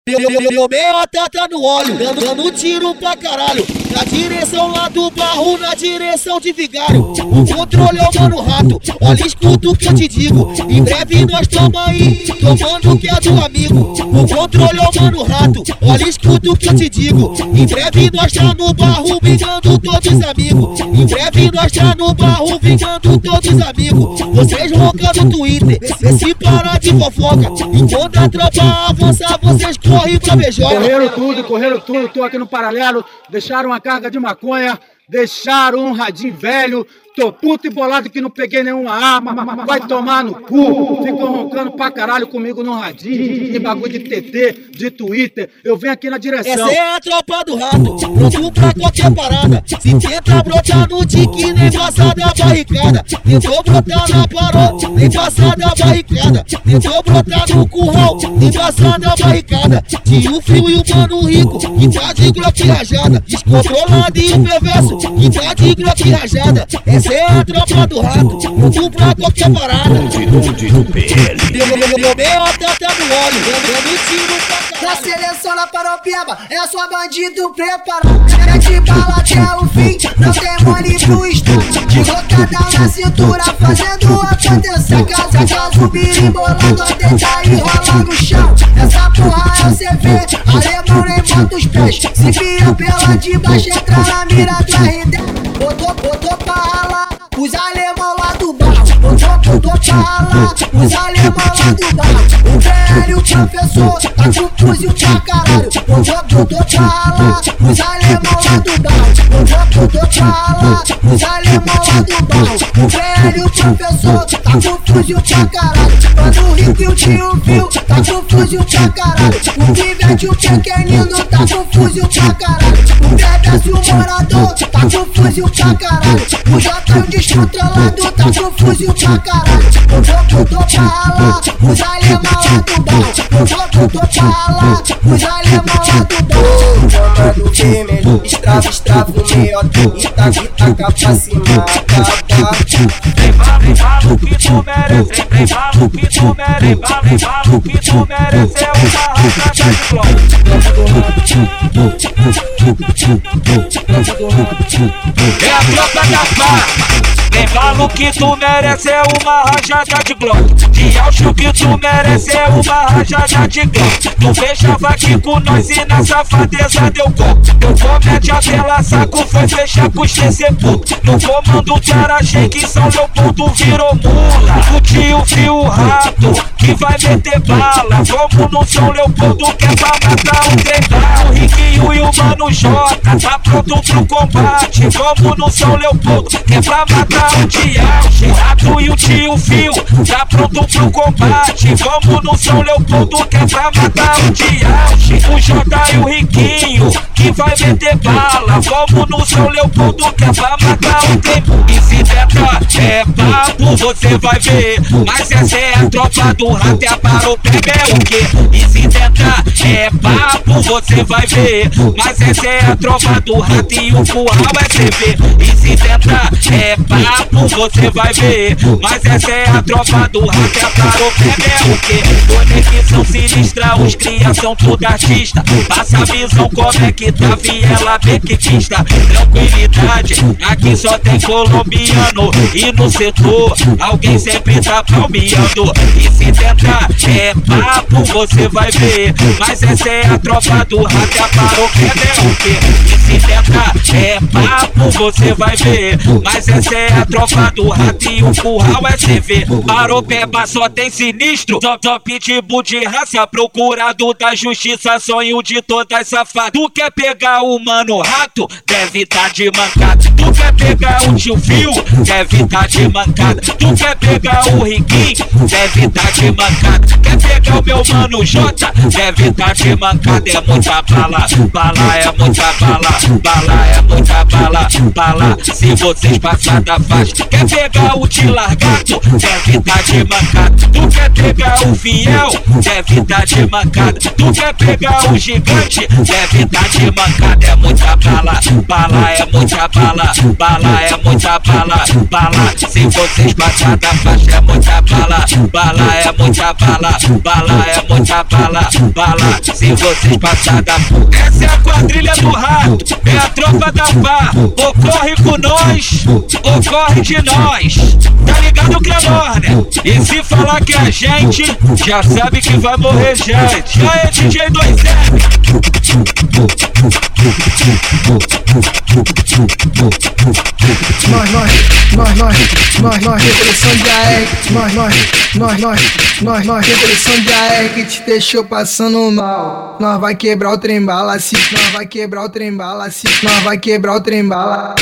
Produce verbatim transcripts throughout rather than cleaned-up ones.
Meu meiota tá no óleo, dando, dando tiro pra caralho. Na direção lá do barro, na direção de Vigário. O controle é o mano rato, olha, escuta o que eu te digo. Em breve nós tamo aí, tomando o que é do amigo. O controle é o mano rato, olha, escuta o que eu te digo. Em breve nós tá no barro, vingando todos os amigos. Em breve nós tá no barro, vingando todos os amigos. Vocês roncam no Twitter, vê se para de fofoca. Enquanto a tropa avança, vocês correm pra beijoca. Correram tudo, correram tudo, tô aqui no paralelo. Deixaram uma carga de maconha, deixaram um radinho velho. Tô puto e bolado que não peguei nenhuma arma. Vai tomar no cu. Ficam roncando pra caralho comigo no radinho. De bagulho de T T, de Twitter. Eu venho aqui na direção. Essa é a tropa do rato, pronto pra qualquer parada. Se tenta brotar no tique, nem passar da barricada. Tentou brotar na paróquia, nem passar da barricada. Tentou brotar no curral, nem passar da barricada. Tinha o frio e o mano rico, que tá de glock rajada. Descontrolado e o perverso, que tá de glock rajada. Essa é a tropa do rato, pronto pra qualquer parada. Meu meiota tá no óleo, dando tiro pra caralho. Na seleção da Paropeba, é só bandido preparado. Mete bala até o fim, não tem mole pro estado. Colocada na cintura, fazendo acontecer. Casa, casa, o birimbolado, tenta e rola no chão. Essa porra é o C V, alemão nem bota os pés. Se vira pela de baixo, entra na mira do R D. Botou, botou pra ralar, os alemão lá do bar. Botou, botou pra ralar, os alemão lá do bar. O velho professor, tá com fuzil pra caralho. Botou, botou pra ralar, os alemão lá do bar. Botou, botou pra ralar, os alemão lá do bar. O velho professor, tá com fuzil pra caralho. Mano rico e o tio Fio, tá com fuzil pra caralho. O pivete e o pequenino, tá com fuzil pra caralho. O bebê e o morador, tá com fuzil pra caralho. O Jota e o descontrolado, tá com fuzil pra caralho. Botou, botou pra ralar, os alemão lá do bar. Botou, botou pra ralar, os alemão lá do bar. Chama do vermelho, estrava, estrava o meiota. E taca, taca pra cima, acaba. Vem bala, vem bala, o que tu merece. Vem bala, o que tu merece. Vem bala, vem bala, o que tu merece. É uma rajada de glória. É a tropa da farra. Vem bala, o que tu merece é uma rajada de glock. De auge o que tu merece é uma rajada de glock. Tu fechava aqui com nós e na safadeza deu gol. Teu comete a bela saco foi fechar com os T C puto. No comando de Araxém que São Leopoldo virou mula. O tio Fio Rato que vai meter bala. Como no São Leopoldo que é pra matar o Treinar. O Riquinho e o Mano Jota tá pronto pro combate. Como no São Leopoldo que é pra matar o Diage. Rato e o tio Fio tá pronto pro combate. Como no São Leopoldo que é pra matar o Diage. O Jota e o Riquinho que vai meter bala. Como no São Leopoldo que é pra matar o tempo. E se tenta é papo, você vai ver. Mas essa é a tropa do rato, é a Paropeba é o quê? E se tenta é papo, você vai ver. Mas essa é a tropa do rato e o curral é C V. E se tenta é papo, você vai ver. Mas essa é a tropa do rato, é a Paropeba é o quê? Conexão sinistra, os cria são tudo artista. Passa a visão como é que tá viela bequitista. Tranquilidade, aqui só tem colombiano. E no setor, alguém sempre tá palmeando. E se tentar é papo, você vai ver. Mas essa é a tropa do rato, é a Paropeba é o quê? E se tentar é papo, você vai ver. Mas essa é a tropa do rato e o curral é C V. Paropeba só tem sinistro, só, só pitbull de raça. Procurado da justiça, sonho de todas safadas. Tu quer pegar o Mano Rato? Deve tá de mancada. Tu quer pegar o tio Fio? Deve tá de mancada. Tu quer pegar o Riquinho? Deve tá de mancada. Quer pegar o meu Mano Jota? Deve tá de mancada. É muita bala, bala é muita bala, bala é muita bala, bala. Se vocês passar da faixa, quer pegar o de largato? Deve tá de mancada. Tu quer pegar o fiel? Deve tá de mancada. Tu quer pegar o gigante? Deve tá de mancada. É muita bala, bala é muita bala, bala, bala é muita bala, bala. Se vocês passar da faixa é muita bala, bala é muita bala, bala é muita bala, bala. Se vocês passar da essa é a quadrilha do rato, é a tropa da pá. Ocorre com nós, ocorre de nós. Tá ligado que é nós, né? E se falar que é a gente, já sabe que vai morrer gente. Já é D J dois M. Nós, nós, nós, nós, nós, nós, repressão de A E C. Nós, nós, nós, nós, nós, nós, repressão de A E C que te deixou passando mal. Nós vai quebrar o trem bala, se nós vai quebrar o trem bala, se nós vai quebrar o trem bala.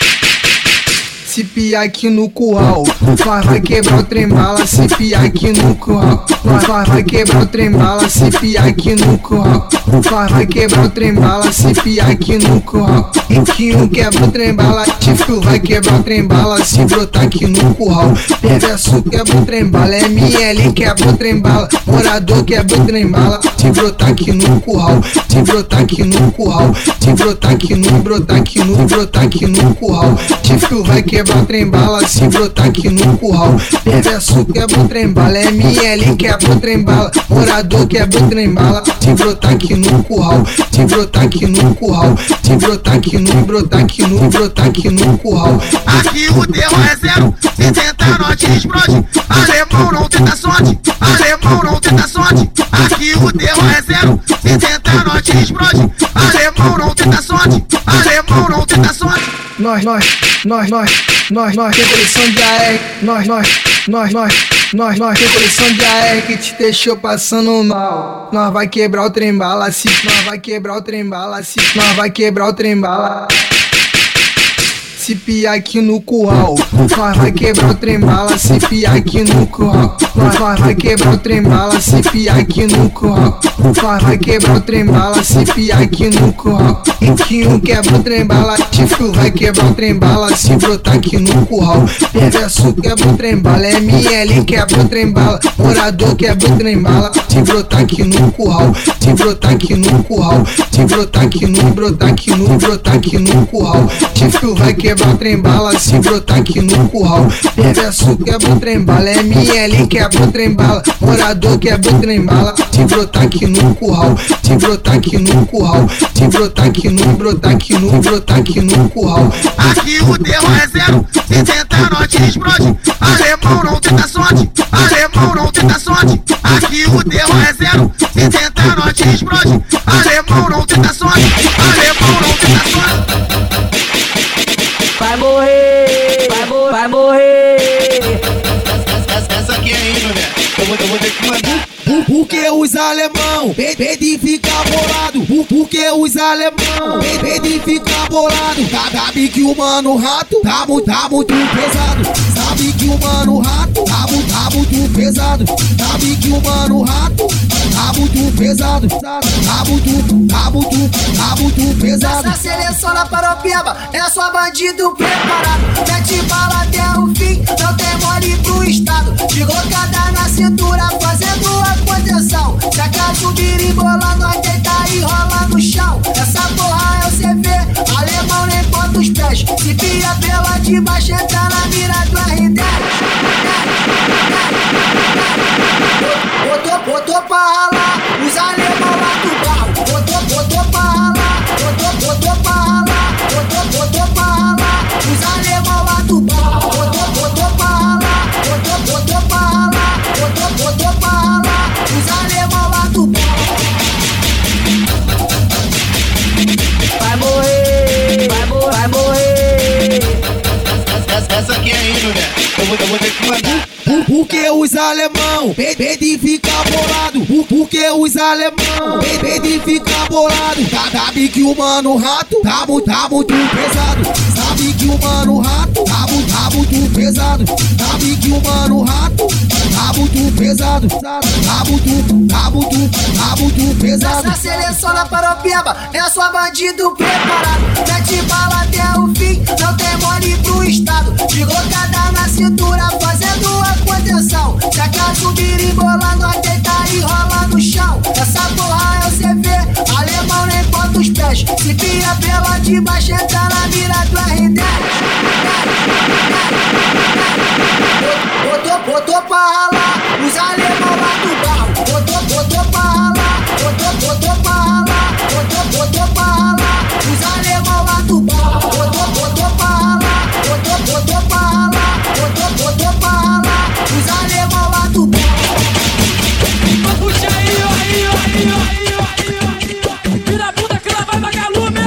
Se piar aqui no curral, nós vai quebrar o trem bala. Se piar aqui no curral, nós vai quebrar o trem bala. Se piar aqui no curral, nós vai quebrar o trem bala. Se piar aqui no curral, em que um quebra o trem bala, Tifo vai quebrar o trem bala. Se brotar aqui no curral, Perverso quebra o trem bala, M L quebra o trem bala, Morador quebra o trem bala. Se brotar aqui no curral, se brotar aqui no curral, se brotar aqui no, brotar aqui no, brotar aqui no curral, Tifo vai quebrar quebra o trem bala, se brotar aqui no curral. Perverso quebra o trem bala, M L quebra o trem bala, Morador quebra o trem bala. Se brotar aqui no curral, se brotar aqui no curral, se brotar aqui no, brotar aqui no, brotar aqui no curral. Aqui o terror é zero, se tentar norte explode. Alemão não tenta sorte, alemão não tenta sorte. Aqui o terror é zero, se tentar norte explode. Alemão não tenta sorte, alemão não tenta sorte. Nós, nós, nós, nós, nós, nós, repressão de A E C. Nós, nós, nós, nós, nós, nós, repressão de A E C que te deixou passando mal. Nós vai quebrar o trem bala, se nós vai quebrar o trem bala, se nós vai quebrar o trem bala. Se piar aqui no curral, nós vai quebrar o trem bala. Se piar aqui no curral, nós vai quebrar o trem bala. Se piar aqui no curral, nós vai quebrar o trem bala. Se piar aqui no curral, em que um quebra o trem bala, Tifo vai quebrar o trem bala. Se brotar aqui no curral, Perverso quebra o trem bala, M L quebra o trem bala, Morador quebra o trem bala. Se brotar aqui no curral, se brotar aqui no curral, se brotar aqui no, brotar aqui no, brotar aqui no curral, Tifo vai quebrar quebra o trem bala, se brotar aqui no curral. Perverso quebra o trem bala, M L quebra o trem bala, Morador quebra o trem bala. Se brotar aqui no curral, se brotar aqui no curral, se brotar aqui no, brotar aqui no, brotar aqui no curral. Aqui o terror é zero, se tentar norte explode. Alemão não tenta sorte, alemão não tenta sorte. Aqui o terror é zero, se tentar norte explode. Alemão não tenta sorte, alemão não tenta sorte. Vai morrer, vai, mo vai morrer. Essa, essa aqui é hino, né? Eu vou, eu vou ter que mandar. Porque os alemão pede ficar bolado. Porque os alemão pede ficar bolado. Sabe que o mano rato tá muito, tá muito pesado. Sabe que o mano rato tá muito, tá muito pesado. Sabe que o mano rato tá muito pesado. Tá muito, tá muito, tá muito pesado. Essa seleção da Paropeba é só bandido preparado. Mete bala até o fim, não tem mole pro estado. De glocada na cintura, fazendo a contenção. Se acaso birimbola, nós deita e rola no chão. Essa porra é o C V, alemão nem bota os pés. Se pia pela de baixo, entra na mira do R dez. Botou, botou pra ralar, os alemão lá do barro. Botou, botou pra ralar, botou, botou pra ralar, botou, botou pra ralar, os alemão lá do barro. Botou, botou pra ralar, botou, botou pra ralar, botou, botou pra ralar, os alemão lá do barro. Vai morrer, vai, mo vai morrer. Essa, essa aqui é hino, né? Eu vou, eu vou ter que mandar. Porque os alemão pede ficar bolado. Porque os alemão pede ficar bolado. Sabe que o mano rato tá muito, tá muito pesado. Sabe que o mano rato tá muito, tá muito pesado. Sabe que o mano rato tá muito pesado. Tá muito, tá muito, tá muito pesado. Essa seleção da Paropeba é só bandido preparado. Mete bala até o fim, não tem mole pro estado. De glocada na cintura, fazendo a contenção. Se acaso birimbola, nós deita e rola no chão. Essa porra é o C V, alemão nem bota os pés. Se pia pela de baixo, entra na mira do R dez. pra ralar, os alemão lá do barro. Botou, botou pra ralar, botou, botou pra ralar, botou, botou pra ralar, os alemão lá do barro. Botou, botou pra ralar, botou, botou pra ralar, botou, botou pra ralar, os alemão lá do barro. Puxa aí, aí, aí, aí, aí, aí, vira a bunda que lá vai vagalume.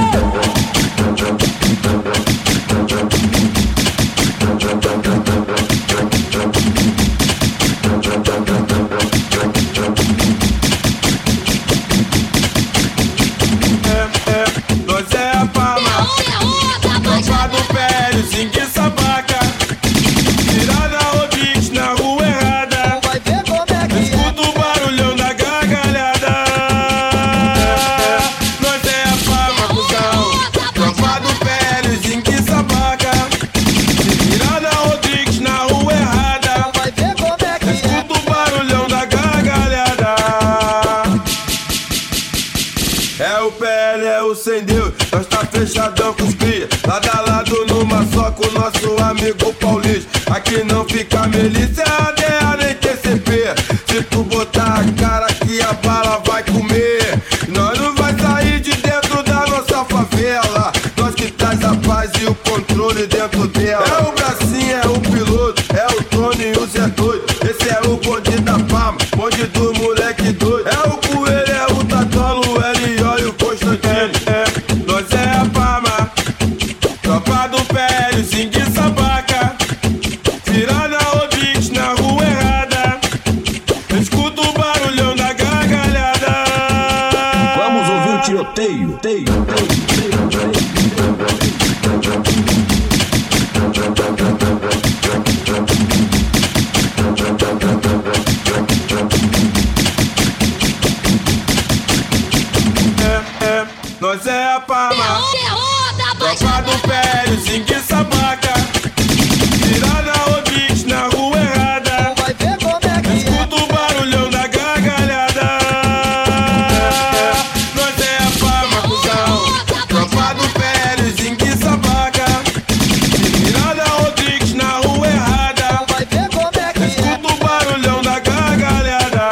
Nós tá fechadão com os cria, lado a lado numa só com o nosso amigo Paulista. Aqui não fica milícia, A D A nem T C P. Se tu botar a cara que a bala vai comer, nós não vai sair de dentro da nossa favela. Nós que traz a paz e o controle dentro dela. É o Bracinho, é o piloto, é o Tony e o Zé doido. Esse é o bonde da Palma, bonde do moleque doido. É o Coelho, é o Tatolo, o L O e o Constantino. Nós é a Palma, tropa do Pélio, Zingue Sabaca. Tirando a Rodrigues na rua errada, escuta o barulhão da gargalhada. Vamos ouvir o tiroteio, teio, teio, teio, teio. Nós é a Palma, tropa do Pélio, Zingue Sabaca. Tirando a Rodrigues na rua errada, escuta o barulhão da gargalhada. Nós é a Palma, cuzão, tropa do Pélio, Zingue Sabaca. Tirando a Rodrigues na rua errada, escuta o barulhão da gargalhada.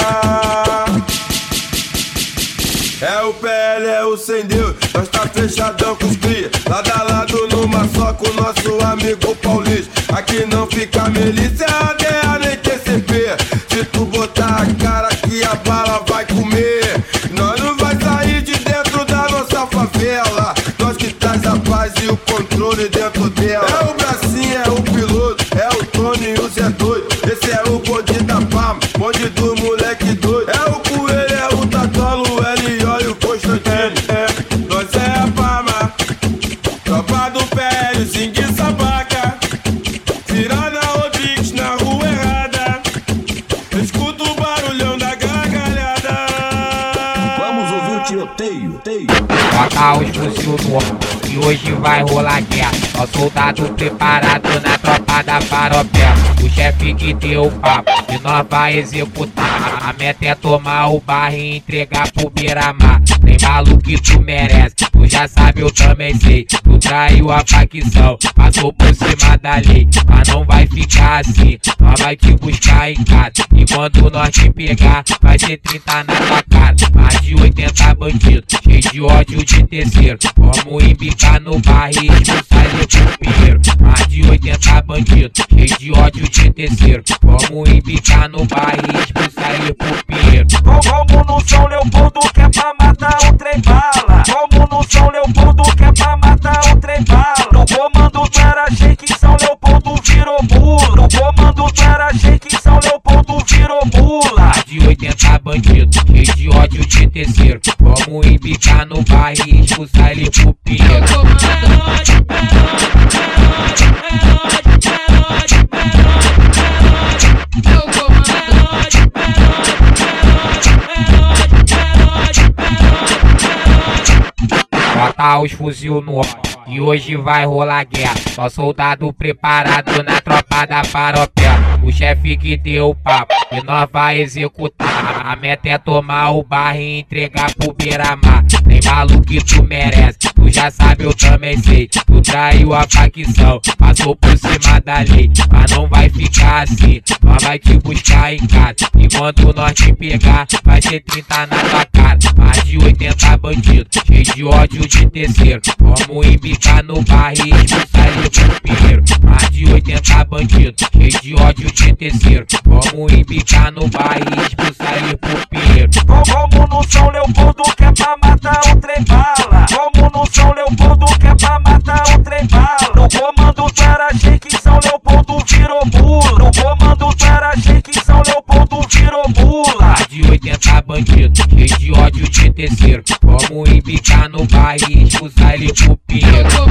É o P L, é o sem Deus. Nós tá fechadão com os cria, lado a lado numa só com o nosso amigo Paulista. Aqui não fica milícia, A D A nem T C P. Se tu botar a cara que a bala vai comer, nós não vai sair de dentro da nossa favela. Nós que traz a paz e o controle dentro dela. É o Bracinho, é o piloto, é o Tony e o Zé doido. Esse é o bonde da Palma, bonde do moleque doido. É o Coelho, é o Tatolo, o L O e o Constantino. Nós é a Palma, tropa do Pélio, Zingue Sabaca. Tirando a Rodrigues na rua errada, escuta o barulhão da gargalhada. Vamos ouvir o tiroteio, teio. Bota os fuzil no ombro e hoje vai rolar guerra. Ó soldado preparado na tropa da Paropela. O chefe que deu o papo e nós vai executar. A meta é tomar o barro e entregar pro Beira-Mar. Tem maluco que tu merece, tu já sabe, eu também sei. Tu traiu a facção, passou por cima da lei. Mas não vai ficar assim, nós vai te buscar em casa. E quando nós te pegar, vai ter trinta na tua cara. Mais de oitenta bandidos, cheio de ódio de terceiro. Vamos embicar no barro e expulsar ele pro pinheiro. Mais de oitenta bandidos, cheio de ódio de terceiro. Vamos embicar no barro e expulsar ele pro pinheiro. Como no São Leopoldo que é pra matar o trem bala. Como no São Leopoldo que é pra matar o trem bala. No comando tu era shake, em São Leopoldo virou bula. No comando tu era shake, em São Leopoldo virou bula. Mais de oitenta bandidos, cheio de ódio de terceiro. Vamos embicar no barro e expulsar ele pro pinheiro. Bota os fuzil no ombro e hoje vai rolar guerra. Só soldado preparado na tropa da Paropela. o chefe que deu o papo e nós vai executar. A meta é tomar o barro e entregar pro beira-mar. Tem maluco que tu merece, tu já sabe, eu também sei. Tu traiu a facção, passou por cima da lei. Mas não vai ficar assim, nós vai te buscar em casa. E quando nós te pegar, vai ter trinta na tua cara. Mais de oitenta bandidos, cheio de ódio de terceiro. Vamos embicar no barro e expulsar ele pro pinheiro. Mais de oitenta bandidos, cheio de ódio de terceiro. Vamos embicar no barro e expulsar ele pro pinheiro. Vamos no São Leopoldo que é pra matar o trem bala. Vamos no São Leopoldo que é pra matar o trem bala. No comando tu era shake, São Leopoldo virou mula. No comando tu era shake, São Leopoldo virou mula. Mais de oitenta bandidos, cheio de ódio de terceiro. Vamos embicar no barro e expulsar ele pro pinheiro.